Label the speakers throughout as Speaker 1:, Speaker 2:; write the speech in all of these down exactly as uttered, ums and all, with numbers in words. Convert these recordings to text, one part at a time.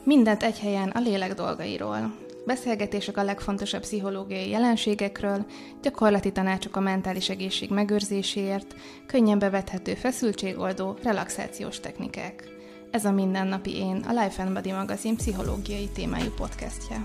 Speaker 1: Mindent egy helyen a lélek dolgairól. Beszélgetések a legfontosabb pszichológiai jelenségekről, gyakorlati tanácsok a mentális egészség megőrzéséért, könnyen bevethető feszültségoldó, relaxációs technikák. Ez a Mindennapi Én, a Life and Body magazin pszichológiai témájú podcastje.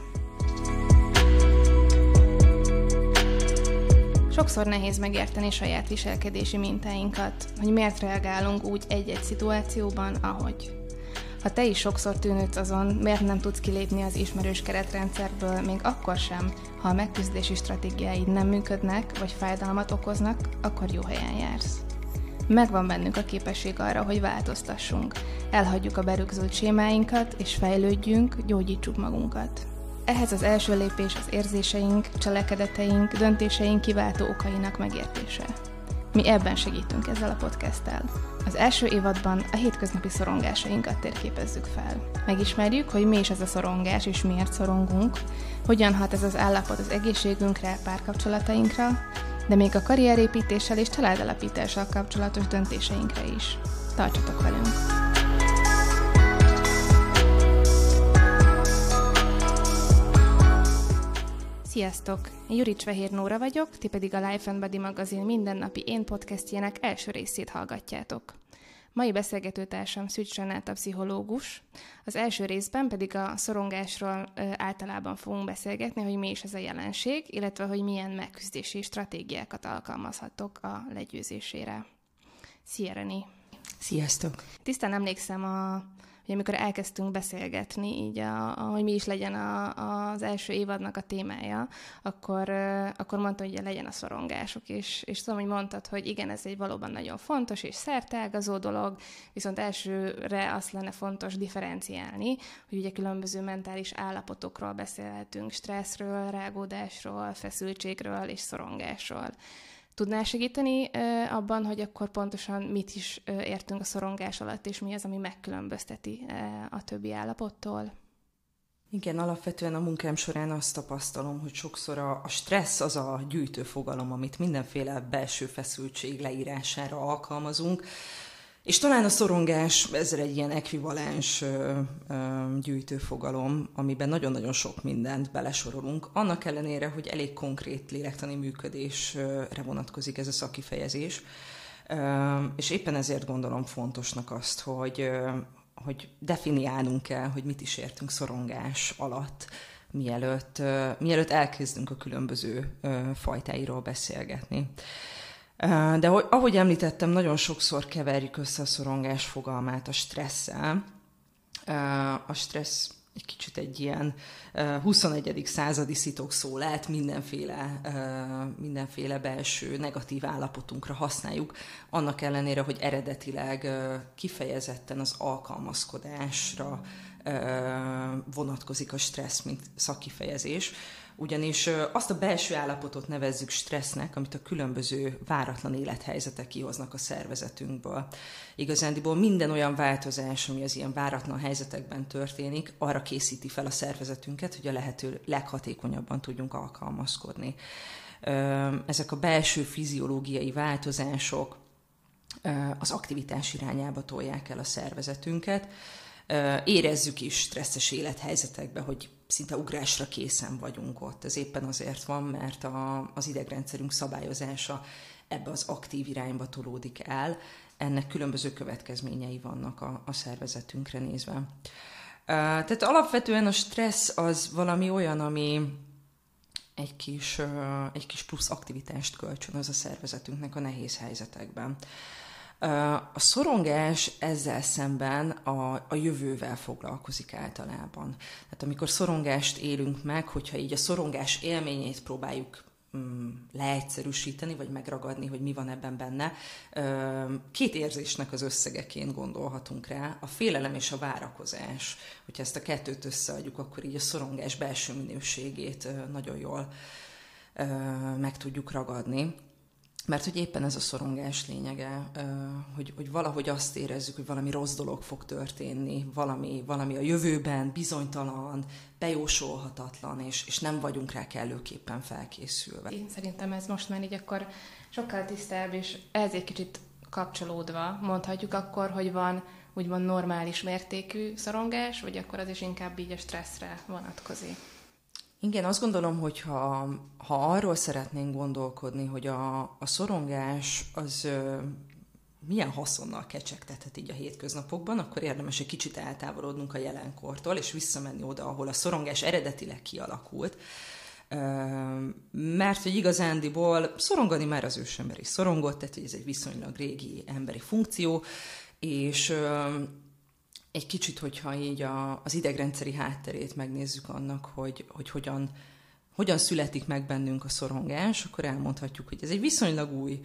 Speaker 1: Sokszor nehéz megérteni saját viselkedési mintáinkat, hogy miért reagálunk úgy egy-egy szituációban, ahogy. Ha te is sokszor tűnődsz azon, miért nem tudsz kilépni az ismerős keretrendszerből, még akkor sem, ha a megküzdési stratégiáid nem működnek, vagy fájdalmat okoznak, akkor jó helyen jársz. Megvan bennünk a képesség arra, hogy változtassunk, elhagyjuk a berögzült sémáinkat, és fejlődjünk, gyógyítsuk magunkat. Ehhez az első lépés az érzéseink, cselekedeteink, döntéseink kiváltó okainak megértése. Mi ebben segítünk ezzel a podcasttel. Az első évadban a hétköznapi szorongásainkat térképezzük fel. Megismerjük, hogy mi is ez a szorongás és miért szorongunk, hogyan hat ez az állapot az egészségünkre, párkapcsolatainkra, de még a karrierépítéssel és családalapítással kapcsolatos döntéseinkre is. Tartsatok velünk! Sziasztok! Én Jurics Fehér Nóra vagyok, ti pedig a Life and Body magazin Mindennapi Én podcastjének első részét hallgatjátok. Mai beszélgetőtársam Szűcs Renáta pszichológus, az első részben pedig a szorongásról ö, általában fogunk beszélgetni, hogy mi is ez a jelenség, illetve hogy milyen megküzdési stratégiákat alkalmazhatok a legyőzésére. Szia, Reni!
Speaker 2: Sziasztok!
Speaker 1: Tisztán emlékszem a hogy amikor elkezdtünk beszélgetni, így a, a, hogy mi is legyen a, az első évadnak a témája, akkor, akkor mondta, hogy legyen a szorongások, és, és tudom, hogy mondtad, hogy igen, ez egy valóban nagyon fontos és szerteágazó dolog, viszont elsőre azt lenne fontos differenciálni, hogy ugye különböző mentális állapotokról beszélhetünk, stresszről, rágódásról, feszültségről és szorongásról. Tudnál segíteni uh, abban, hogy akkor pontosan mit is uh, értünk a szorongás alatt, és mi az, ami megkülönbözteti uh, a többi állapottól?
Speaker 2: Igen, alapvetően a munkám során azt tapasztalom, hogy sokszor a, a stressz az a gyűjtő fogalom, amit mindenféle belső feszültség leírására alkalmazunk, és talán a szorongás ezzel egy ilyen ekvivalens ö, ö, gyűjtőfogalom, amiben nagyon-nagyon sok mindent belesorolunk. Annak ellenére, hogy elég konkrét lélektani működésre vonatkozik ez a szakkifejezés. Ö, és éppen ezért gondolom fontosnak azt, hogy, ö, hogy definiálnunk kell, hogy mit is értünk szorongás alatt, mielőtt, ö, mielőtt elkezdünk a különböző ö, fajtáiról beszélgetni. De ahogy említettem, nagyon sokszor keverjük össze a szorongás fogalmát a stresszel. A stressz egy kicsit egy ilyen huszonegyedik századi szitokszó lett, mindenféle, mindenféle belső negatív állapotunkra használjuk, annak ellenére, hogy eredetileg kifejezetten az alkalmazkodásra vonatkozik a stressz, mint szakkifejezés. Ugyanis azt a belső állapotot nevezzük stressznek, amit a különböző váratlan élethelyzetek kihoznak a szervezetünkből. Igazándiból minden olyan változás, ami az ilyen váratlan helyzetekben történik, arra készíti fel a szervezetünket, hogy a lehető leghatékonyabban tudjunk alkalmazkodni. Ezek a belső fiziológiai változások az aktivitás irányába tolják el a szervezetünket. Érezzük is stresszes élethelyzetekben, hogy szinte ugrásra készen vagyunk ott. Ez éppen azért van, mert a, az idegrendszerünk szabályozása ebbe az aktív irányba tolódik el. Ennek különböző következményei vannak a, a szervezetünkre nézve. Tehát alapvetően a stressz az valami olyan, ami egy kis, egy kis plusz aktivitást kölcsönöz a szervezetünknek a nehéz helyzetekben. A szorongás ezzel szemben a, a jövővel foglalkozik általában. Tehát amikor szorongást élünk meg, hogyha így a szorongás élményét próbáljuk mm, leegyszerűsíteni, vagy megragadni, hogy mi van ebben benne, két érzésnek az összegeként gondolhatunk rá, a félelem és a várakozás. Hogyha ezt a kettőt összeadjuk, akkor így a szorongás belső minőségét nagyon jól meg tudjuk ragadni. Mert hogy éppen ez a szorongás lényege, hogy, hogy valahogy azt érezzük, hogy valami rossz dolog fog történni, valami, valami a jövőben bizonytalan, bejósolhatatlan, és, és nem vagyunk rá kellőképpen felkészülve.
Speaker 1: Én szerintem ez most már így akkor sokkal tisztább, és ez egy kicsit kapcsolódva mondhatjuk akkor, hogy van úgymond normális mértékű szorongás, vagy akkor az is inkább így a stresszre vonatkozik?
Speaker 2: Igen, azt gondolom, hogy ha, ha arról szeretnénk gondolkodni, hogy a, a szorongás az ö, milyen haszonnal kecsegtethet így a hétköznapokban, akkor érdemes egy kicsit eltávolodnunk a jelenkortól, és visszamenni oda, ahol a szorongás eredetileg kialakult. Ö, mert hogy igazándiból szorongani már az ősember is szorongott, tehát hogy ez egy viszonylag régi emberi funkció, és ö, egy kicsit, hogyha így a, az idegrendszeri hátterét megnézzük annak, hogy, hogy hogyan, hogyan születik meg bennünk a szorongás, akkor elmondhatjuk, hogy ez egy viszonylag új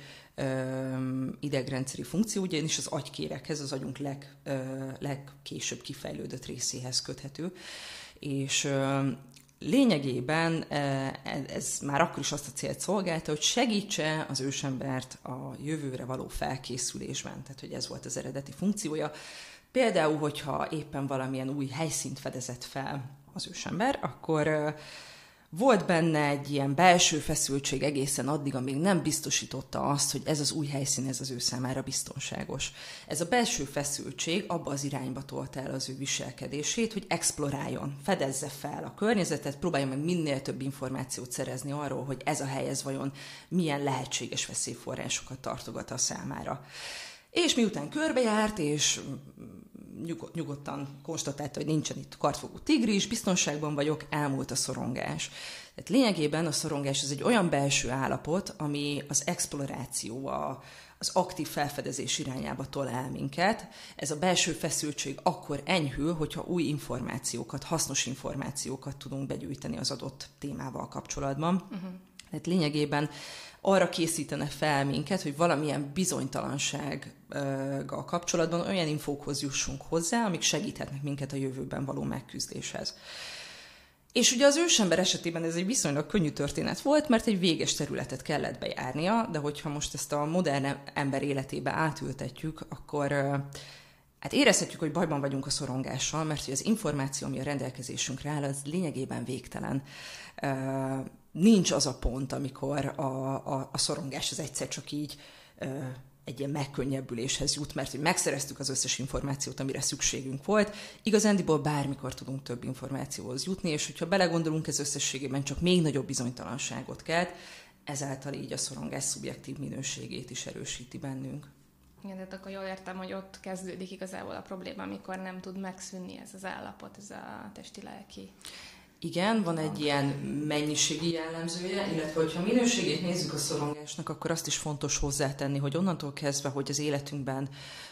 Speaker 2: ö, idegrendszeri funkció, ugyanis az agykérekhez, az agyunk leg, ö, legkésőbb kifejlődött részéhez köthető, és ö, lényegében ez már akkor is azt a célt szolgálta, hogy segítse az ősembert a jövőre való felkészülésben, tehát hogy ez volt az eredeti funkciója. Például, hogyha éppen valamilyen új helyszínt fedezett fel az ősember, akkor volt benne egy ilyen belső feszültség egészen addig, amíg nem biztosította azt, hogy ez az új helyszín, ez az ő számára biztonságos. Ez a belső feszültség abba az irányba tolta el az ő viselkedését, hogy exploráljon, fedezze fel a környezetet, próbálja meg minél több információt szerezni arról, hogy ez a hely, ez vajon milyen lehetséges veszélyforrásokat tartogat a számára. És miután körbejárt, és nyugod, nyugodtan konstatálta, hogy nincsen itt kartfogú tigris, biztonságban vagyok, elmúlt a szorongás. Tehát lényegében a szorongás az egy olyan belső állapot, ami az exploráció, a, az aktív felfedezés irányába tol el minket. Ez a belső feszültség akkor enyhül, hogyha új információkat, hasznos információkat tudunk begyűjteni az adott témával kapcsolatban. Uh-huh. Tehát lényegében arra készítene fel minket, hogy valamilyen bizonytalansággal kapcsolatban olyan infókhoz jussunk hozzá, amik segíthetnek minket a jövőben való megküzdéshez. És ugye az ősember esetében ez egy viszonylag könnyű történet volt, mert egy véges területet kellett bejárnia, de hogyha most ezt a modern ember életébe átültetjük, akkor hát érezhetjük, hogy bajban vagyunk a szorongással, mert hogy az információ, ami a rendelkezésünkre áll, az lényegében végtelen. Nincs az a pont, amikor a, a, a szorongás az egyszer csak így ö, egy ilyen megkönnyebbüléshez jut, mert hogy megszereztük az összes információt, amire szükségünk volt. Igazándiból bármikor tudunk több információhoz jutni, és hogyha belegondolunk, ez összességében csak még nagyobb bizonytalanságot kelt, ezáltal így a szorongás szubjektív minőségét is erősíti bennünk.
Speaker 1: Igen, tehát akkor jól értem, hogy ott kezdődik igazából a probléma, amikor nem tud megszűnni ez az állapot, ez a testi-lelki.
Speaker 2: Igen, van egy ilyen mennyiségi jellemzője, illetve hogyha minőségét nézzük a szorongásnak, akkor azt is fontos hozzátenni, hogy onnantól kezdve, hogy az életünkben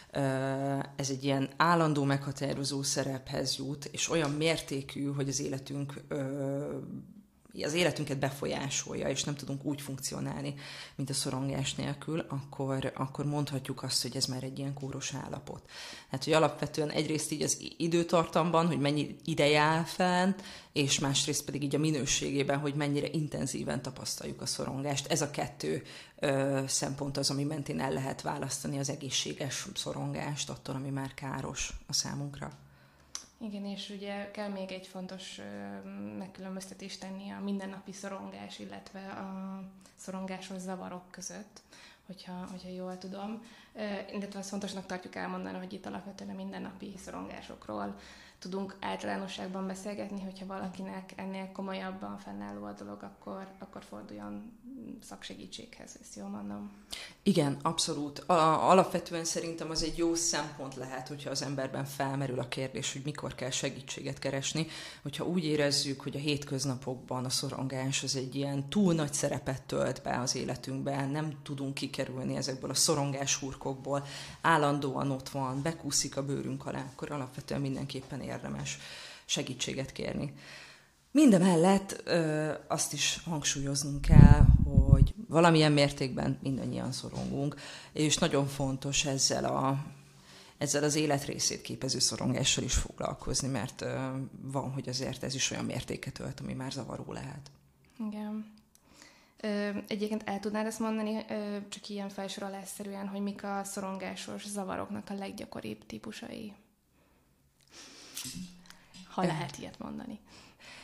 Speaker 2: ez egy ilyen állandó meghatározó szerephez jut, és olyan mértékű, hogy az életünk az életünket befolyásolja, és nem tudunk úgy funkcionálni, mint a szorongás nélkül, akkor, akkor mondhatjuk azt, hogy ez már egy ilyen kóros állapot. Hát, hogy alapvetően egyrészt így az időtartamban, hogy mennyi ideje áll fenn, és másrészt pedig így a minőségében, hogy mennyire intenzíven tapasztaljuk a szorongást. Ez a kettő ö, szempont az, ami mentén el lehet választani az egészséges szorongást attól, ami már káros a számunkra.
Speaker 1: Igen, és ugye kell még egy fontos megkülönböztetést tenni a mindennapi szorongás, illetve a szorongásos zavarok között, hogyha, hogyha jól tudom. Illetve azt fontosnak tartjuk elmondani, hogy itt alapvetően a mindennapi szorongásokról tudunk általánosságban beszélgetni, hogyha valakinek ennél komolyabban fennálló a dolog, akkor, akkor forduljon szaksegítséghez, ezt jól mondom.
Speaker 2: Igen, abszolút. A, alapvetően szerintem az egy jó szempont lehet, hogyha az emberben felmerül a kérdés, hogy mikor kell segítséget keresni, hogyha úgy érezzük, hogy a hétköznapokban a szorongás az egy ilyen túl nagy szerepet tölt be az életünkben, nem tudunk kikerülni ezekből a szorongás hurkokból, állandóan ott van, bekúszik a bőrünk alá, akkor alapvetően mindenképpen érdemes segítséget kérni. Mindemellett ö, azt is hangsúlyoznunk kell, hogy valamilyen mértékben mindannyian szorongunk, és nagyon fontos ezzel, a, ezzel az életrészét képező szorongással is foglalkozni, mert ö, van, hogy azért ez is olyan mértéket ölt, ami már zavaró lehet.
Speaker 1: Igen. Ö, egyébként el tudnád ezt mondani, ö, csak ilyen felsorolásszerűen, hogy mik a szorongásos zavaroknak a leggyakoribb típusai? Ha lehet ilyet mondani.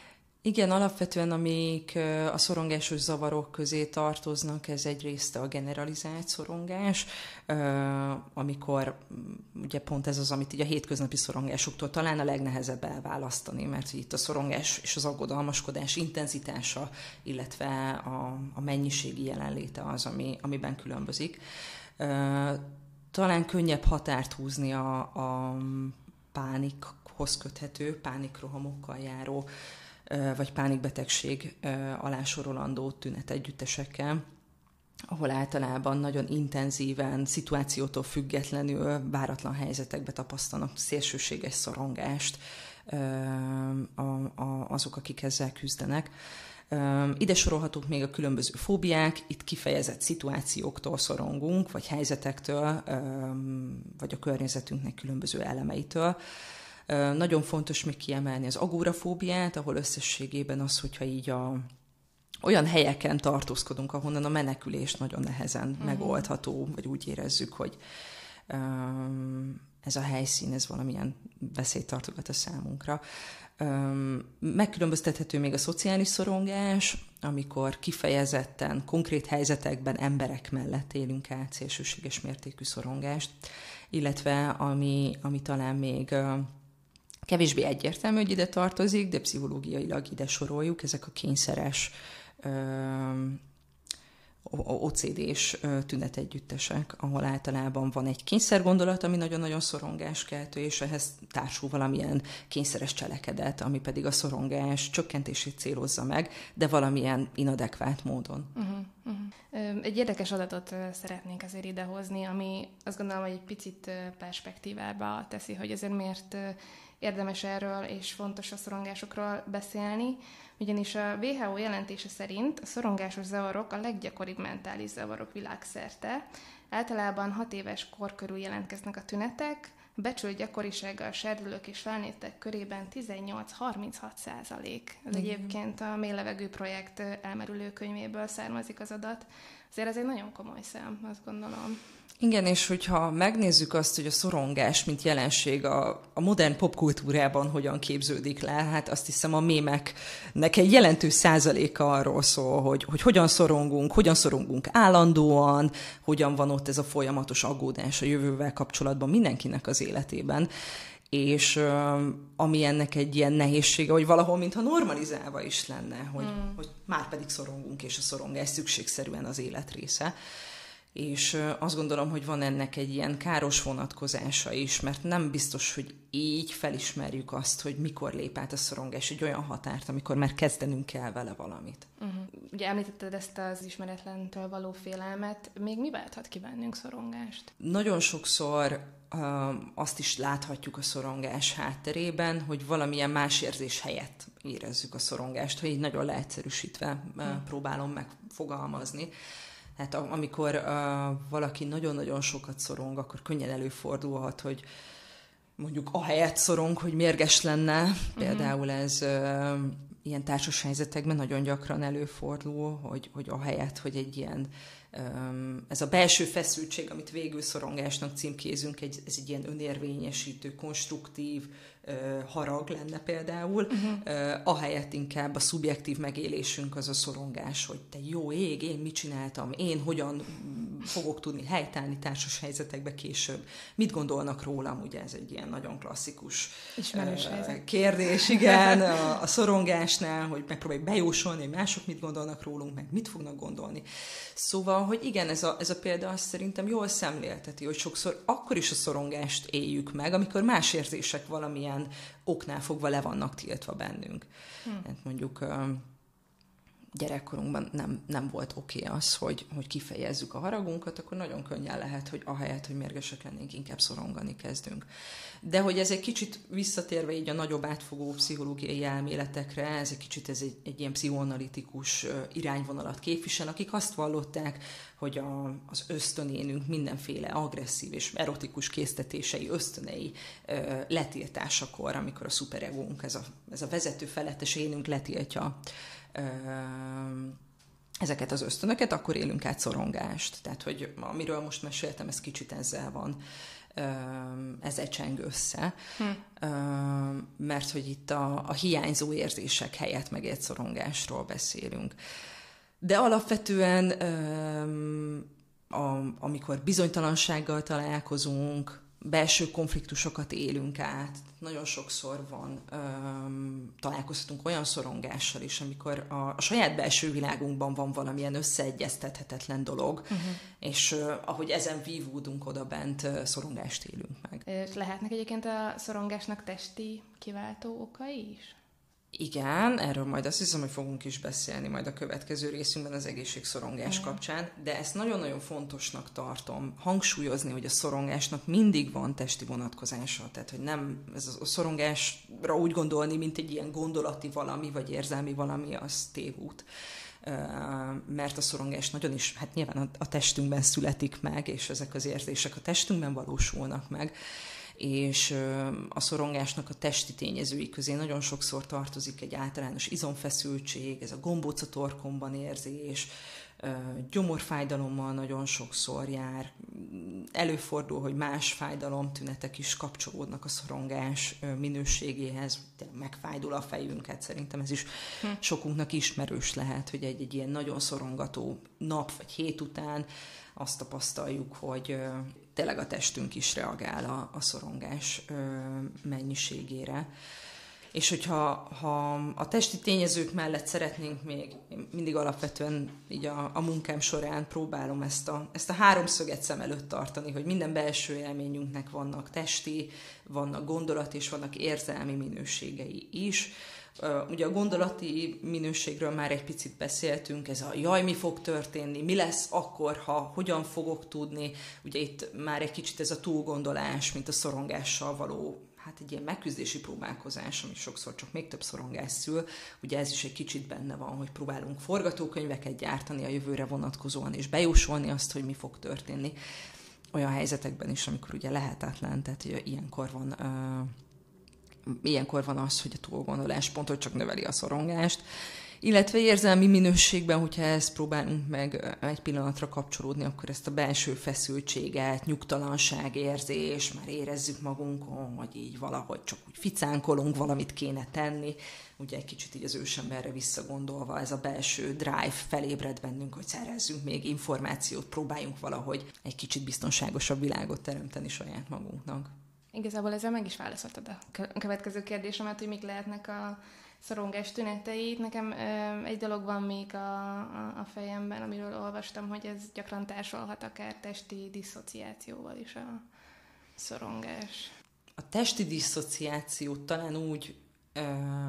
Speaker 2: Igen, alapvetően amik a szorongásos zavarok közé tartoznak, ez egyrészt a generalizált szorongás, amikor ugye pont ez az, amit így a hétköznapi szorongásoktól talán a legnehezebb elválasztani, mert itt a szorongás és az aggodalmaskodás intenzitása, illetve a, a mennyiségi jelenléte az, ami, amiben különbözik. Talán könnyebb határt húzni a, a pánikhoz köthető, pánikrohamokkal járó, vagy pánikbetegség alá sorolandó tünetegyüttesekkel, ahol általában nagyon intenzíven, szituációtól függetlenül váratlan helyzetekbe tapasztalnak szélsőséges szorongást azok, akik ezzel küzdenek. Ide sorolhatók még a különböző fóbiák, itt kifejezett szituációktól szorongunk, vagy helyzetektől, vagy a környezetünknek különböző elemeitől. Nagyon fontos még kiemelni az agórafóbiát, ahol összességében az, hogyha így a, olyan helyeken tartózkodunk, ahonnan a menekülés nagyon nehezen uh-huh. megoldható, vagy úgy érezzük, hogy um, ez a helyszín, ez valamilyen veszélyt tartogat a számunkra. Um, megkülönböztethető még a szociális szorongás, amikor kifejezetten, konkrét helyzetekben emberek mellett élünk át szélsőséges mértékű szorongást, illetve ami, ami talán még uh, kevésbé egyértelmű, hogy ide tartozik, de pszichológiailag ide soroljuk, ezek a kényszeres o cé dés tünetegyüttesek, ahol általában van egy kényszergondolat, ami nagyon-nagyon szorongáskeltő, és ehhez társul valamilyen kényszeres cselekedet, ami pedig a szorongás csökkentését célozza meg, de valamilyen inadekvát módon.
Speaker 1: Uh-huh, uh-huh. Egy érdekes adatot szeretnénk azért idehozni, ami azt gondolom, hogy egy picit perspektívába teszi, hogy azért miért érdemes erről és fontos a szorongásokról beszélni, ugyanis a dupla vé há ó jelentése szerint a szorongásos zavarok a leggyakoribb mentális zavarok világszerte. Általában hat éves kor körül jelentkeznek a tünetek, a becsült gyakorisággal serdülők és felnőttek körében tizennyolc-harminchat százalék. Ez Igen. egyébként a Mély Levegő projekt elmerülő könyvéből származik az adat. Azért ez egy nagyon komoly szám, azt gondolom.
Speaker 2: Igen, és hogyha megnézzük azt, hogy a szorongás, mint jelenség a, a modern popkultúrában hogyan képződik le, hát azt hiszem a mémeknek egy jelentős százaléka arról szól, hogy, hogy hogyan szorongunk, hogyan szorongunk állandóan, hogyan van ott ez a folyamatos aggódás a jövővel kapcsolatban mindenkinek az életében. És uh, ami ennek egy ilyen nehézsége, hogy valahol mintha normalizálva is lenne, hogy, mm. hogy már pedig szorongunk, és a szorongás szükségszerűen az élet része. És azt gondolom, hogy van ennek egy ilyen káros vonatkozása is, mert nem biztos, hogy így felismerjük azt, hogy mikor lép át a szorongás egy olyan határt, amikor már kezdenünk kell vele valamit.
Speaker 1: Uh-huh. Ugye említetted ezt az ismeretlentől való félelmet, még mi válthat ki bennünk szorongást?
Speaker 2: Nagyon sokszor uh, azt is láthatjuk a szorongás hátterében, hogy valamilyen más érzés helyett érezzük a szorongást, hogy így nagyon leegyszerűsítve uh, uh-huh. próbálom megfogalmazni. Hát amikor uh, valaki nagyon-nagyon sokat szorong, akkor könnyen előfordulhat, hogy mondjuk ahelyett szorong, hogy mérges lenne. Uh-huh. Például ez uh, ilyen társas helyzetekben nagyon gyakran előfordul, hogy, hogy ahelyett, hogy egy ilyen, um, ez a belső feszültség, amit végül szorongásnak címkézünk, egy, ez egy ilyen önérvényesítő, konstruktív uh, harag lenne például, uh-huh. uh, ahelyett inkább a szubjektív megélésünk az a szorongás, hogy te jó ég, én mit csináltam, én hogyan fogok tudni helytállni társas helyzetekbe később. Mit gondolnak rólam? Ugye ez egy ilyen nagyon klasszikus
Speaker 1: Ismerős
Speaker 2: uh, kérdés, igen, a, a szorongásnál, hogy megpróbáljuk bejósolni, hogy mások mit gondolnak rólunk, meg mit fognak gondolni. Szóval, hogy igen, ez a, ez a példa azt szerintem jól szemlélteti, hogy sokszor akkor is a szorongást éljük meg, amikor más érzések valamilyen oknál fogva le vannak tiltva bennünk. Hmm. Hát mondjuk gyerekkorunkban nem, nem volt oké okay az, hogy, hogy kifejezzük a haragunkat, akkor nagyon könnyen lehet, hogy ahelyett, hogy mérgesek lennénk, inkább szorongani kezdünk. De hogy ez egy kicsit visszatérve így a nagyobb átfogó pszichológiai elméletekre, ez egy kicsit ez egy, egy ilyen pszichoanalitikus irányvonalat képvisel, akik azt vallották, hogy a, az ösztönénünk mindenféle agresszív és erotikus késztetései, ösztönei ö, letiltásakor, amikor a szuperegónk, ez a, ez a vezető felettes énünk letiltja ezeket az ösztönöket, akkor élünk át szorongást. Tehát, hogy amiről most meséltem, ez kicsit ezzel van ez ecseng össze, hm. mert hogy itt a, a hiányzó érzések helyett megélt szorongásról beszélünk. De alapvetően a, amikor bizonytalansággal találkozunk, belső konfliktusokat élünk át. Nagyon sokszor van, öm, találkozhatunk olyan szorongással is, amikor a, a saját belső világunkban van valamilyen összeegyeztethetetlen dolog, uh-huh. és ö, ahogy ezen vívódunk odabent, ö, szorongást élünk meg.
Speaker 1: És lehetnek egyébként a szorongásnak testi kiváltó okai is?
Speaker 2: Igen, erről majd azt hiszem, hogy fogunk is beszélni majd a következő részünkben az egészségszorongás kapcsán, de ezt nagyon-nagyon fontosnak tartom hangsúlyozni, hogy a szorongásnak mindig van testi vonatkozása, tehát hogy nem ez a szorongásra úgy gondolni, mint egy ilyen gondolati valami, vagy érzelmi valami, az tévút. Mert a szorongás nagyon is, hát nyilván a testünkben születik meg, és ezek az érzések a testünkben valósulnak meg, és a szorongásnak a testi tényezői közé nagyon sokszor tartozik egy általános izomfeszültség, ez a gombóc a torkomban érzés, gyomorfájdalommal nagyon sokszor jár. Előfordul, hogy más fájdalomtünetek is kapcsolódnak a szorongás minőségéhez, megfájdul a fejünket, szerintem ez is hm. sokunknak ismerős lehet, hogy egy, egy ilyen nagyon szorongató nap vagy hét után azt tapasztaljuk, hogy tényleg a testünk is reagál a, a szorongás ö, mennyiségére. És hogyha ha a testi tényezők mellett szeretnénk még, én mindig alapvetően így a, a munkám során próbálom ezt a, ezt a háromszöget szem előtt tartani, hogy minden belső élményünknek vannak testi, vannak gondolat és vannak érzelmi minőségei is. Ugye a gondolati minőségről már egy picit beszéltünk, ez a jaj, mi fog történni, mi lesz akkor, ha hogyan fogok tudni. Ugye itt már egy kicsit ez a túlgondolás, mint a szorongással való, hát egy ilyen megküzdési próbálkozás, ami sokszor csak még több szorongás szül. Ugye ez is egy kicsit benne van, hogy próbálunk forgatókönyveket gyártani a jövőre vonatkozóan, és bejósolni azt, hogy mi fog történni. Olyan helyzetekben is, amikor ugye lehetetlen, tehát ugye ilyenkor van... Uh, Ilyenkor van az, hogy a túlgondolás pont, hogy csak növeli a szorongást, illetve érzelmi minőségben, hogyha ezt próbálunk meg egy pillanatra kapcsolódni, akkor ezt a belső feszültséget, nyugtalanság érzés, már érezzük magunkon, hogy így valahogy csak úgy ficánkolunk, valamit kéne tenni. Ugye egy kicsit így az ősemberre visszagondolva, ez a belső drive felébred bennünk, hogy szerezzünk még információt, próbáljunk valahogy egy kicsit biztonságosabb világot teremteni saját magunknak.
Speaker 1: Igazából ezzel meg is válaszoltad a következő kérdésemet, hogy mik lehetnek a szorongás tüneteit. Nekem ö, egy dolog van még a, a, a fejemben, amiről olvastam, hogy ez gyakran társulhat akár testi disszociációval is a szorongás.
Speaker 2: A testi disszociációt talán úgy ö,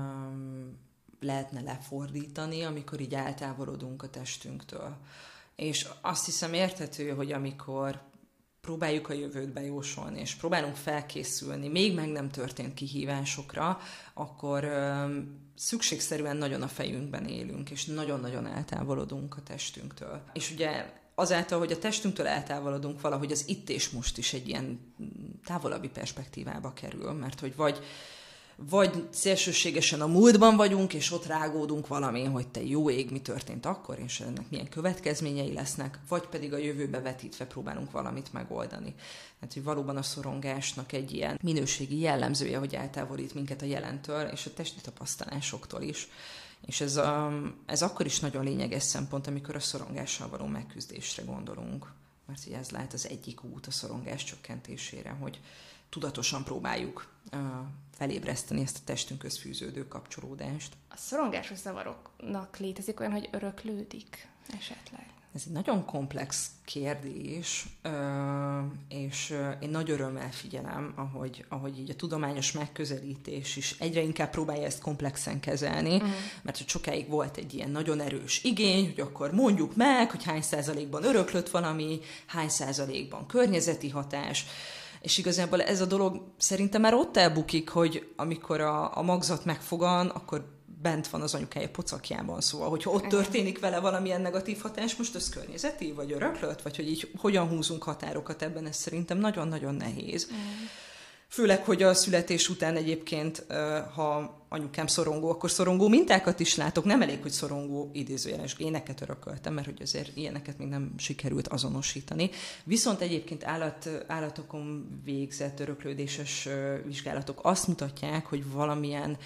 Speaker 2: lehetne lefordítani, amikor így eltávolodunk a testünktől. És azt hiszem érthető, hogy amikor próbáljuk a jövőt bejósolni, és próbálunk felkészülni még meg nem történt kihívásokra, akkor ö, szükségszerűen nagyon a fejünkben élünk, és nagyon-nagyon eltávolodunk a testünktől. És ugye azáltal, hogy a testünktől eltávolodunk, valahogy az itt és most is egy ilyen távolabbi perspektívába kerül, mert hogy vagy vagy szélsőségesen a múltban vagyunk, és ott rágódunk valami, hogy te jó ég, mi történt akkor, és ennek milyen következményei lesznek, vagy pedig a jövőbe vetítve próbálunk valamit megoldani. Hát, hogy valóban a szorongásnak egy ilyen minőségi jellemzője, hogy eltávolít minket a jelentől, és a testi tapasztalásoktól is. És ez, a, ez akkor is nagyon lényeges szempont, amikor a szorongással való megküzdésre gondolunk. Mert ugye ez lehet az egyik út a szorongás csökkentésére, hogy tudatosan próbáljuk uh, felébreszteni ezt a testünkhöz fűződő kapcsolódást.
Speaker 1: A szorongásos zavaroknak létezik olyan, hogy öröklődik esetleg?
Speaker 2: Ez egy nagyon komplex kérdés, uh, és uh, én nagy örömmel figyelem, ahogy, ahogy így a tudományos megközelítés is egyre inkább próbálja ezt komplexen kezelni, uh-huh. mert hogy sokáig volt egy ilyen nagyon erős igény, hogy akkor mondjuk meg, hogy hány százalékban öröklött valami, hány százalékban környezeti hatás, és igazából ez a dolog szerintem már ott elbukik, hogy amikor a, a magzat megfogan, akkor bent van az anyukája pocakjában, szóval, hogyha ott történik vele valamilyen negatív hatás, most az környezeti, vagy öröklött, vagy hogy így hogyan húzunk határokat ebben, ez szerintem nagyon-nagyon nehéz. Mm. Főleg, hogy a születés után egyébként, ha anyukám szorongó, akkor szorongó mintákat is látok. Nem elég, hogy szorongó idézőjeles géneket örököltem, mert hogy azért ilyeneket még nem sikerült azonosítani. Viszont egyébként állat, állatokon végzett öröklődéses vizsgálatok azt mutatják, hogy valamilyen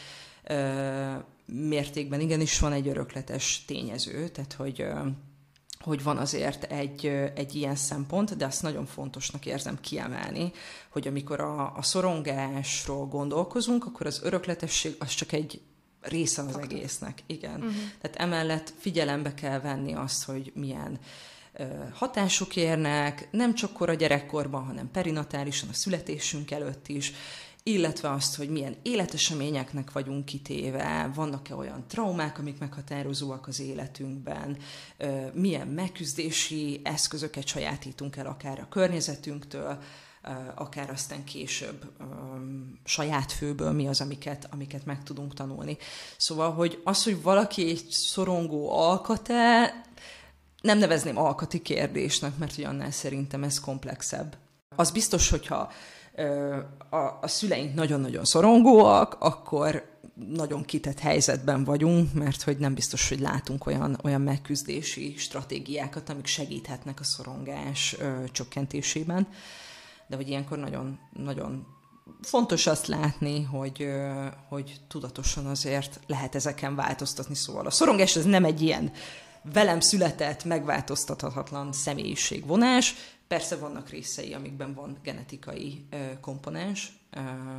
Speaker 2: ö, mértékben igenis van egy örökletes tényező, tehát hogy... Ö, hogy van azért egy, egy ilyen szempont, de azt nagyon fontosnak érzem kiemelni, hogy amikor a, a szorongásról gondolkozunk, akkor az örökletesség az csak egy része az Faktor. egésznek. Igen. Uh-huh. Tehát emellett figyelembe kell venni azt, hogy milyen ö, hatások érnek, nem csak kora gyerekkorban, hanem perinatálisan, a születésünk előtt is, illetve azt, hogy milyen életeseményeknek vagyunk kitéve, vannak-e olyan traumák, amik meghatározóak az életünkben, milyen megküzdési eszközöket sajátítunk el akár a környezetünktől, akár aztán később saját főből mi az, amiket, amiket meg tudunk tanulni. Szóval, hogy az, hogy valaki egy szorongó alkat-e, nem nevezném alkati kérdésnek, mert hogy annál szerintem ez komplexebb. Az biztos, hogyha A, a szüleink nagyon-nagyon szorongóak, akkor nagyon kitett helyzetben vagyunk, mert hogy nem biztos, hogy látunk olyan, olyan megküzdési stratégiákat, amik segíthetnek a szorongás ö, csökkentésében. De hogy ilyenkor nagyon, nagyon fontos azt látni, hogy, ö, hogy tudatosan azért lehet ezeken változtatni. Szóval a szorongás ez nem egy ilyen velem született, megváltoztathatatlan személyiségvonás. Persze vannak részei, amikben van genetikai ö, komponens, ö,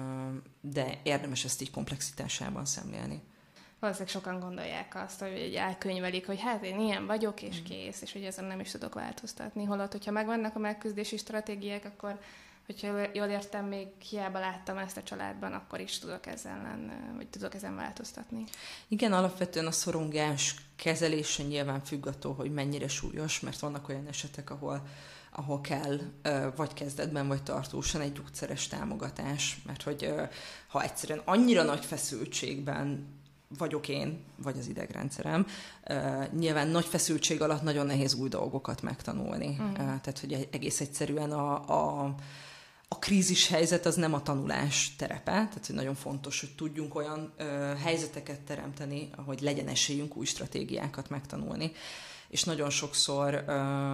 Speaker 2: de érdemes ezt így komplexitásában szemlélni.
Speaker 1: Valószínűleg sokan gondolják azt, hogy elkönyvelik, hogy hát én ilyen vagyok, és kész, és hogy ezen nem is tudok változtatni. Holott, hogyha megvannak a megküzdési stratégiák, akkor, hogyha jól értem, még hiába láttam ezt a családban, akkor is tudok ezen, vagy tudok ezen változtatni.
Speaker 2: Igen, alapvetően a szorongás kezelése nyilván függ attól, hogy mennyire súlyos, mert vannak olyan esetek, ahol ahol kell, vagy kezdetben, vagy tartósan egy gyógyszeres támogatás, mert hogy ha egyszerűen annyira nagy feszültségben vagyok én, vagy az idegrendszerem, nyilván nagy feszültség alatt nagyon nehéz új dolgokat megtanulni. Mm. Tehát, hogy egész egyszerűen a, a, a krízis helyzet az nem a tanulás terepe, tehát hogy nagyon fontos, hogy tudjunk olyan helyzeteket teremteni, ahogy legyen esélyünk új stratégiákat megtanulni. És nagyon sokszor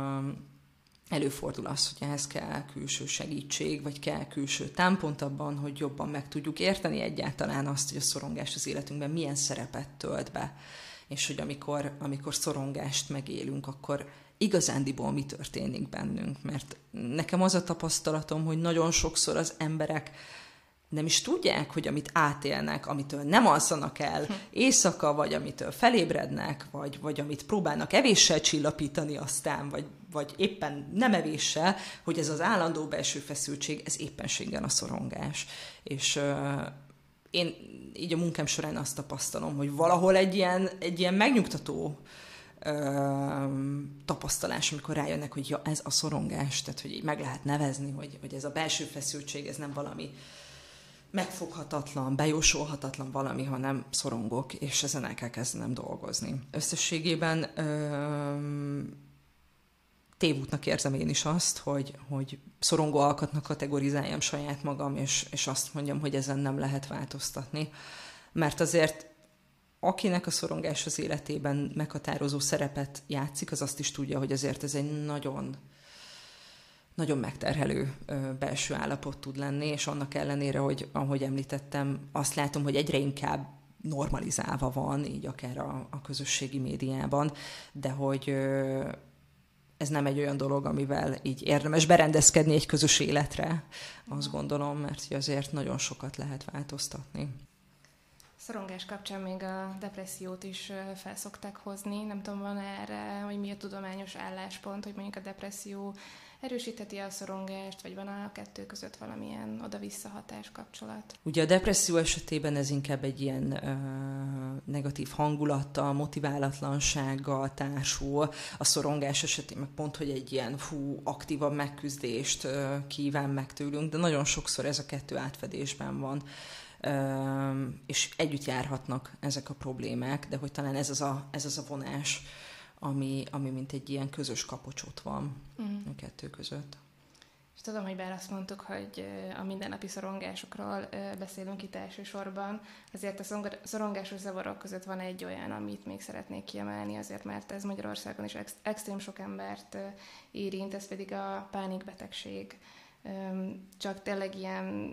Speaker 2: előfordul az, hogy ehhez kell külső segítség, vagy kell külső támpont abban, hogy jobban meg tudjuk érteni egyáltalán azt, hogy a szorongás az életünkben milyen szerepet tölt be. És hogy amikor, amikor szorongást megélünk, akkor igazándiból mi történik bennünk. Mert nekem az a tapasztalatom, hogy nagyon sokszor az emberek nem is tudják, hogy amit átélnek, amitől nem alszanak el éjszaka, vagy amitől felébrednek, vagy, vagy amit próbálnak evéssel csillapítani aztán, vagy, vagy éppen nem evéssel, hogy ez az állandó belső feszültség, ez éppenséggel a szorongás. És uh, én így a munkám során azt tapasztalom, hogy valahol egy ilyen, egy ilyen megnyugtató uh, tapasztalás, amikor rájönnek, hogy ja, ez a szorongás, tehát hogy így meg lehet nevezni, hogy, hogy ez a belső feszültség, ez nem valami megfoghatatlan, bejósolhatatlan valami, hanem szorongok, és ezen el kell kezdenem dolgozni. Összességében ö, tévútnak érzem én is azt, hogy, hogy szorongó alkatnak kategorizáljam saját magam, és, és azt mondjam, hogy ezen nem lehet változtatni. Mert azért akinek a szorongás az életében meghatározó szerepet játszik, az azt is tudja, hogy azért ez egy nagyon nagyon megterhelő belső állapot tud lenni, és annak ellenére, hogy ahogy említettem, azt látom, hogy egyre inkább normalizálva van, így akár a, a közösségi médiában, de hogy ez nem egy olyan dolog, amivel így érdemes berendezkedni egy közös életre, azt gondolom, mert azért nagyon sokat lehet változtatni.
Speaker 1: Szorongás kapcsán még a depressziót is felszokták hozni. Nem tudom, van erre, hogy mi a tudományos álláspont, hogy mondjuk a depresszió erősítheti a szorongást, vagy van a kettő között valamilyen oda-vissza hatás kapcsolat?
Speaker 2: Ugye a depresszió esetében ez inkább egy ilyen ö, negatív hangulattal, motiválatlansággal társul. A szorongás esetén meg pont, hogy egy ilyen fú, aktívabb megküzdést ö, kíván meg tőlünk, de nagyon sokszor ez a kettő átfedésben van. Ö, és együtt járhatnak ezek a problémák, de hogy talán ez az a, ez az a vonás, Ami, ami mint egy ilyen közös kapocsot van mm. a kettő között.
Speaker 1: És tudom, hogy bár azt mondtuk, hogy a mindennapi szorongásokról beszélünk itt elsősorban, azért a szorongásos zavarok között van egy olyan, amit még szeretnék kiemelni, azért mert ez Magyarországon is ex- extrém sok embert érint, ez pedig a pánikbetegség. Csak tényleg ilyen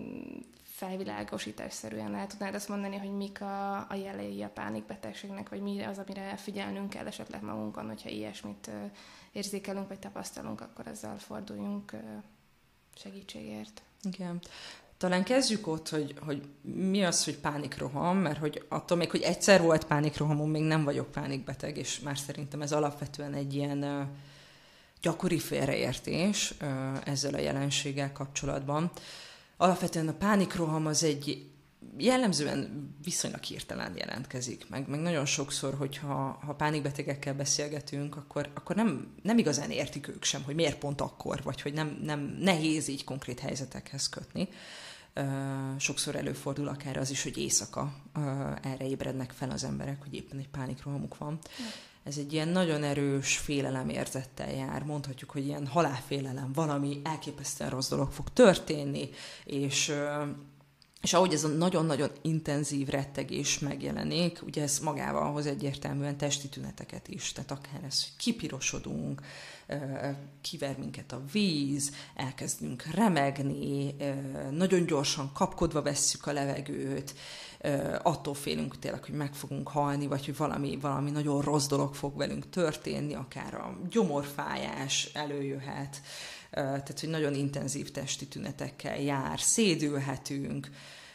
Speaker 1: felvilágosításszerűen el tudnád azt mondani, hogy mik a, a jelei a pánikbetegségnek, vagy mi az, amire figyelnünk kell esetleg magunkon, hogyha ilyesmit érzékelünk, vagy tapasztalunk, akkor ezzel forduljunk segítségért.
Speaker 2: Igen. Talán kezdjük ott, hogy, hogy mi az, hogy pánikroham, mert hogy attól még, hogy egyszer volt pánikrohamon, még nem vagyok pánikbeteg, és már szerintem ez alapvetően egy ilyen uh, gyakori félreértés uh, ezzel a jelenséggel kapcsolatban. Alapvetően a pánikroham az egy jellemzően viszonylag hirtelen jelentkezik, meg, meg nagyon sokszor, hogyha ha pánikbetegekkel beszélgetünk, akkor, akkor nem, nem igazán értik ők sem, hogy miért pont akkor, vagy hogy nem, nem nehéz így konkrét helyzetekhez kötni. Uh, sokszor előfordul akár az is, hogy éjszaka uh, erre ébrednek fel az emberek, hogy éppen egy pánikrohamuk van. Mm. Ez egy ilyen nagyon erős félelemérzettel jár, mondhatjuk, hogy ilyen halálfélelem, valami elképesztően rossz dolog fog történni, és... Uh, És ahogy ez a nagyon-nagyon intenzív rettegés megjelenik, ugye ez magával hoz egyértelműen testi tüneteket is. Tehát akár ez, hogy kipirosodunk, kiver minket a víz, elkezdünk remegni, nagyon gyorsan kapkodva vesszük a levegőt, attól félünk tényleg, hogy meg fogunk halni, vagy hogy valami, valami nagyon rossz dolog fog velünk történni, akár a gyomorfájás előjöhet, tehát, hogy nagyon intenzív testi tünetekkel jár, szédülhetünk,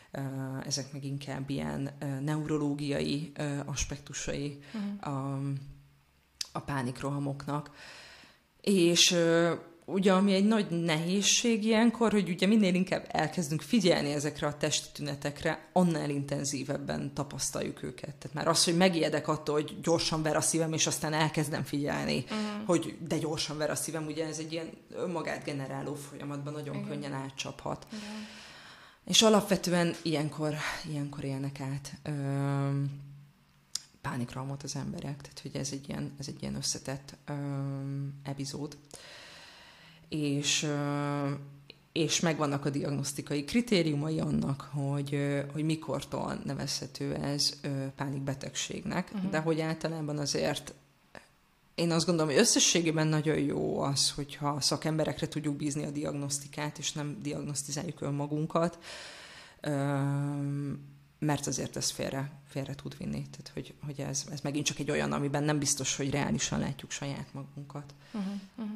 Speaker 2: ezek meg inkább ilyen neurológiai aspektusai uh-huh. a, a pánikrohamoknak. És ugye, ami egy nagy nehézség ilyenkor, hogy ugye minél inkább elkezdünk figyelni ezekre a testi tünetekre, annál intenzívebben tapasztaljuk őket. Tehát már az, hogy megijedek attól, hogy gyorsan ver a szívem, és aztán elkezdem figyelni, uh-huh. hogy de gyorsan ver a szívem, ugye ez egy ilyen önmagát generáló folyamatban nagyon uh-huh. könnyen átcsaphat. Uh-huh. És alapvetően ilyenkor, ilyenkor élnek át ö, pánikrohamot az emberek, tehát hogy ez egy ilyen, ez egy ilyen összetett ö, epizód. És, és megvannak a diagnosztikai kritériumai annak, hogy, hogy mikortól nevezhető ez pánikbetegségnek, uh-huh. de hogy általában azért én azt gondolom, hogy összességében nagyon jó az, hogyha szakemberekre tudjuk bízni a diagnosztikát, és nem diagnosztizáljuk önmagunkat, mert azért ez félre, félre tud vinni. Tehát, hogy, hogy ez, ez megint csak egy olyan, amiben nem biztos, hogy reálisan látjuk saját magunkat.
Speaker 1: Uh-huh, uh-huh.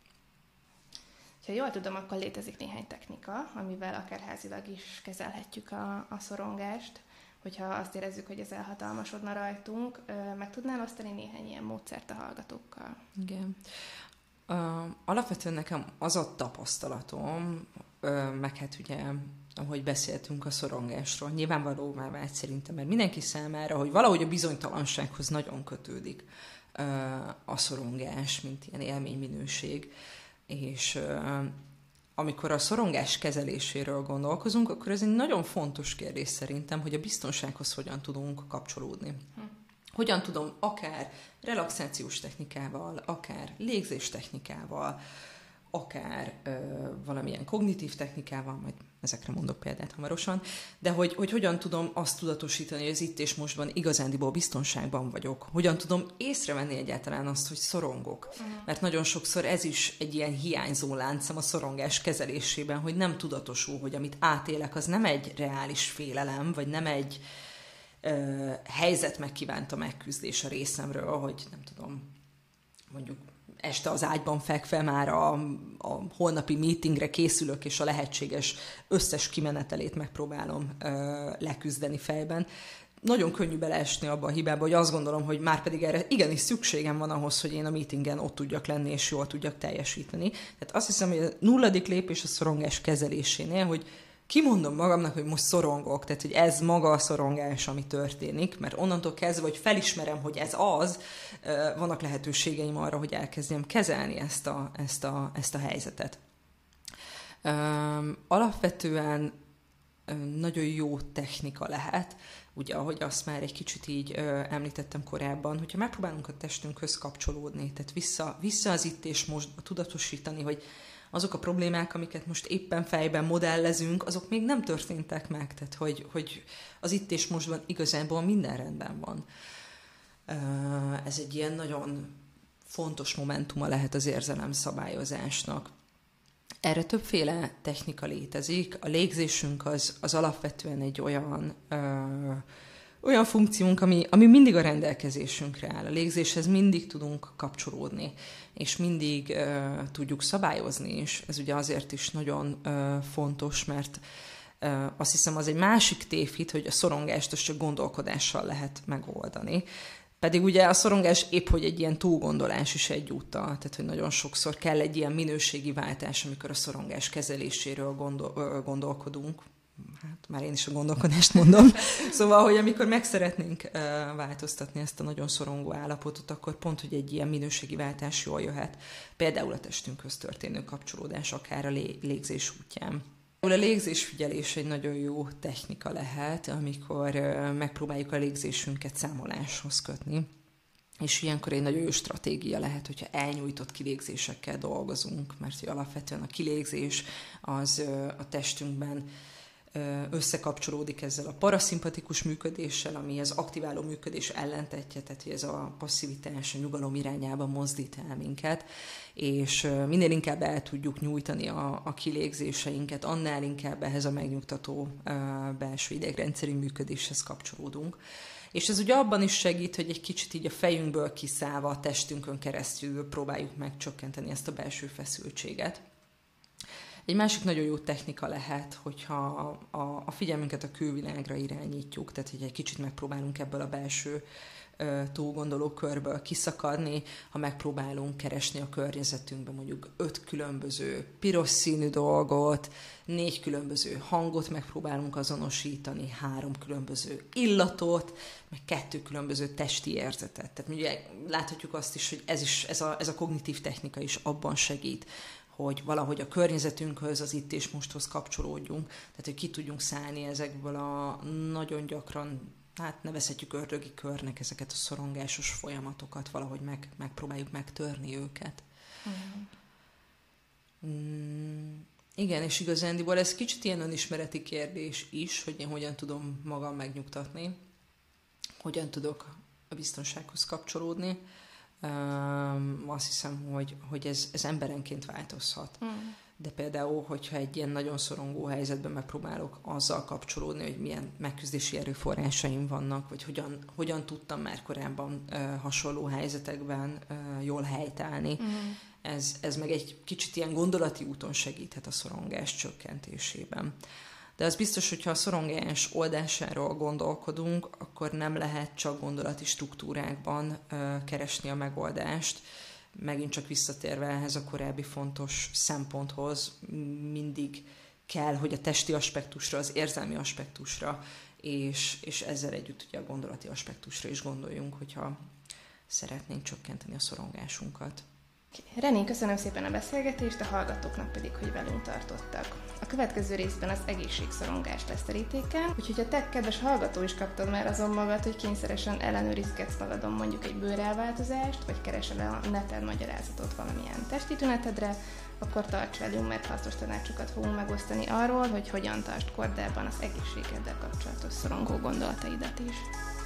Speaker 1: Ha jól tudom, akkor létezik néhány technika, amivel akár házilag is kezelhetjük a, a szorongást, hogyha azt érezzük, hogy ez elhatalmasodna rajtunk. Meg tudnál osztani néhány ilyen módszert a hallgatókkal?
Speaker 2: Igen. Uh, alapvetően nekem az a tapasztalatom, uh, meg hát ugye, ahogy beszéltünk a szorongásról, nyilvánvalóvá vált szerintem, mert mindenki számára, hogy valahogy a bizonytalansághoz nagyon kötődik uh, a szorongás, mint ilyen élményminőség. És uh, amikor a szorongás kezeléséről gondolkozunk, akkor ez egy nagyon fontos kérdés szerintem, hogy a biztonsághoz hogyan tudunk kapcsolódni. Hm. Hogyan tudom akár relaxációs technikával, akár légzés technikával, akár ö, valamilyen kognitív technikával, majd ezekre mondok példát hamarosan, de hogy, hogy hogyan tudom azt tudatosítani, hogy az itt és mostban igazándiból biztonságban vagyok. Hogyan tudom észrevenni egyáltalán azt, hogy szorongok. Uh-huh. Mert nagyon sokszor ez is egy ilyen hiányzó láncem a szorongás kezelésében, hogy nem tudatosul, hogy amit átélek, az nem egy reális félelem, vagy nem egy ö, helyzet megkívánta megküzdés a részemről, hogy nem tudom, mondjuk este az ágyban fekve már a, a holnapi meetingre készülök, és a lehetséges összes kimenetelét megpróbálom ö, leküzdeni fejben. Nagyon könnyű beleesni abba a hibába, hogy azt gondolom, hogy már pedig erre igenis szükségem van ahhoz, hogy én a meetingen ott tudjak lenni, és jól tudjak teljesíteni. Tehát azt hiszem, hogy a nulladik lépés a szorongás kezelésénél, hogy kimondom magamnak, hogy most szorongok, tehát hogy ez maga a szorongás, ami történik, mert onnantól kezdve, hogy felismerem, hogy ez az, vannak lehetőségeim arra, hogy elkezdjem kezelni ezt a, ezt a, ezt a helyzetet. Alapvetően nagyon jó technika lehet, ugye, ahogy azt már egy kicsit így említettem korábban, hogyha megpróbálunk a testünkhöz kapcsolódni, tehát vissza, vissza az itt és most tudatosítani, hogy azok a problémák, amiket most éppen fejben modellezünk, azok még nem történtek meg, tehát hogy, hogy az itt és mostban igazából minden rendben van. Ez egy ilyen nagyon fontos momentuma lehet az érzelemszabályozásnak. Erre többféle technika létezik. A légzésünk az, az alapvetően egy olyan, ö, olyan funkciónk, ami, ami mindig a rendelkezésünkre áll. A légzéshez mindig tudunk kapcsolódni, és mindig ö, tudjuk szabályozni is. Ez ugye azért is nagyon ö, fontos, mert ö, azt hiszem az egy másik tévhit, hogy a szorongást azt csak gondolkodással lehet megoldani. Pedig ugye a szorongás épp, hogy egy ilyen túlgondolás is egyúttal, tehát hogy nagyon sokszor kell egy ilyen minőségi váltás, amikor a szorongás kezeléséről gondol, gondolkodunk. Hát már én is a gondolkodást mondom. Szóval, hogy amikor meg szeretnénk uh, változtatni ezt a nagyon szorongó állapotot, akkor pont, hogy egy ilyen minőségi váltás jól jöhet. Például a testünkhöz történő kapcsolódás, akár a lé- légzés útján. A légzésfigyelés egy nagyon jó technika lehet, amikor megpróbáljuk a légzésünket számoláshoz kötni. És ilyenkor egy nagyon jó stratégia lehet, hogyha elnyújtott kilégzésekkel dolgozunk, mert hogy alapvetően a kilégzés az a testünkben összekapcsolódik ezzel a paraszimpatikus működéssel, ami az aktiváló működés ellentetje, tehát hogy ez a passzivitás, a nyugalom irányába mozdít el minket, és minél inkább el tudjuk nyújtani a, a kilégzéseinket, annál inkább ehhez a megnyugtató belső idegrendszeri működéshez kapcsolódunk. És ez ugye abban is segít, hogy egy kicsit így a fejünkből kiszállva a testünkön keresztül próbáljuk meg csökkenteni ezt a belső feszültséget. Egy másik nagyon jó technika lehet, hogyha a, a figyelmünket a külvilágra irányítjuk, tehát hogy egy kicsit megpróbálunk ebből a belső túlgondoló körből kiszakadni, ha megpróbálunk keresni a környezetünkben mondjuk öt különböző piros színű dolgot, négy különböző hangot megpróbálunk azonosítani, három különböző illatot, meg kettő különböző testi érzetet. Tehát ugye láthatjuk azt is, hogy ez, is, ez, a, ez a kognitív technika is abban segít, hogy valahogy a környezetünkhöz, az itt és mosthoz kapcsolódjunk, tehát hogy ki tudjunk szállni ezekből a nagyon gyakran, hát nevezhetjük ördögi körnek ezeket a szorongásos folyamatokat, valahogy meg, megpróbáljuk megtörni őket. Uh-huh. Mm, igen, és igazándiból ez kicsit ilyen önismereti kérdés is, hogy én hogyan tudom magam megnyugtatni, hogyan tudok a biztonsághoz kapcsolódni. Um, azt hiszem, hogy, hogy ez, ez emberenként változhat. Mm. De például, hogyha egy ilyen nagyon szorongó helyzetben megpróbálok azzal kapcsolódni, hogy milyen megküzdési erőforrásaim vannak, vagy hogyan, hogyan tudtam már korábban uh, hasonló helyzetekben uh, jól helytállni, mm. ez, ez meg egy kicsit ilyen gondolati úton segíthet a szorongás csökkentésében. De az biztos, hogyha a szorongás oldásáról gondolkodunk, akkor nem lehet csak gondolati struktúrákban uh, keresni a megoldást. Megint csak visszatérve ehhez a korábbi fontos szemponthoz, mindig kell, hogy a testi aspektusra, az érzelmi aspektusra, és, és ezzel együtt ugye a gondolati aspektusra is gondoljunk, hogyha szeretnénk csökkenteni a szorongásunkat.
Speaker 1: René, köszönöm szépen a beszélgetést, a hallgatóknak pedig, hogy velünk tartottak. A következő részben az egészségszorongás lesz terítéken, úgyhogy a te, kedves hallgató, is kaptad már azon magad, hogy kényszeresen ellenőrizkedsz magadon mondjuk egy bőrelváltozást, vagy keresel a neten magyarázatot valamilyen testi tünetedre, akkor tarts velünk, mert hasznos tanácsokat fogunk megosztani arról, hogy hogyan tartsd kordában az egészségeddel kapcsolatos szorongó gondolataidat is.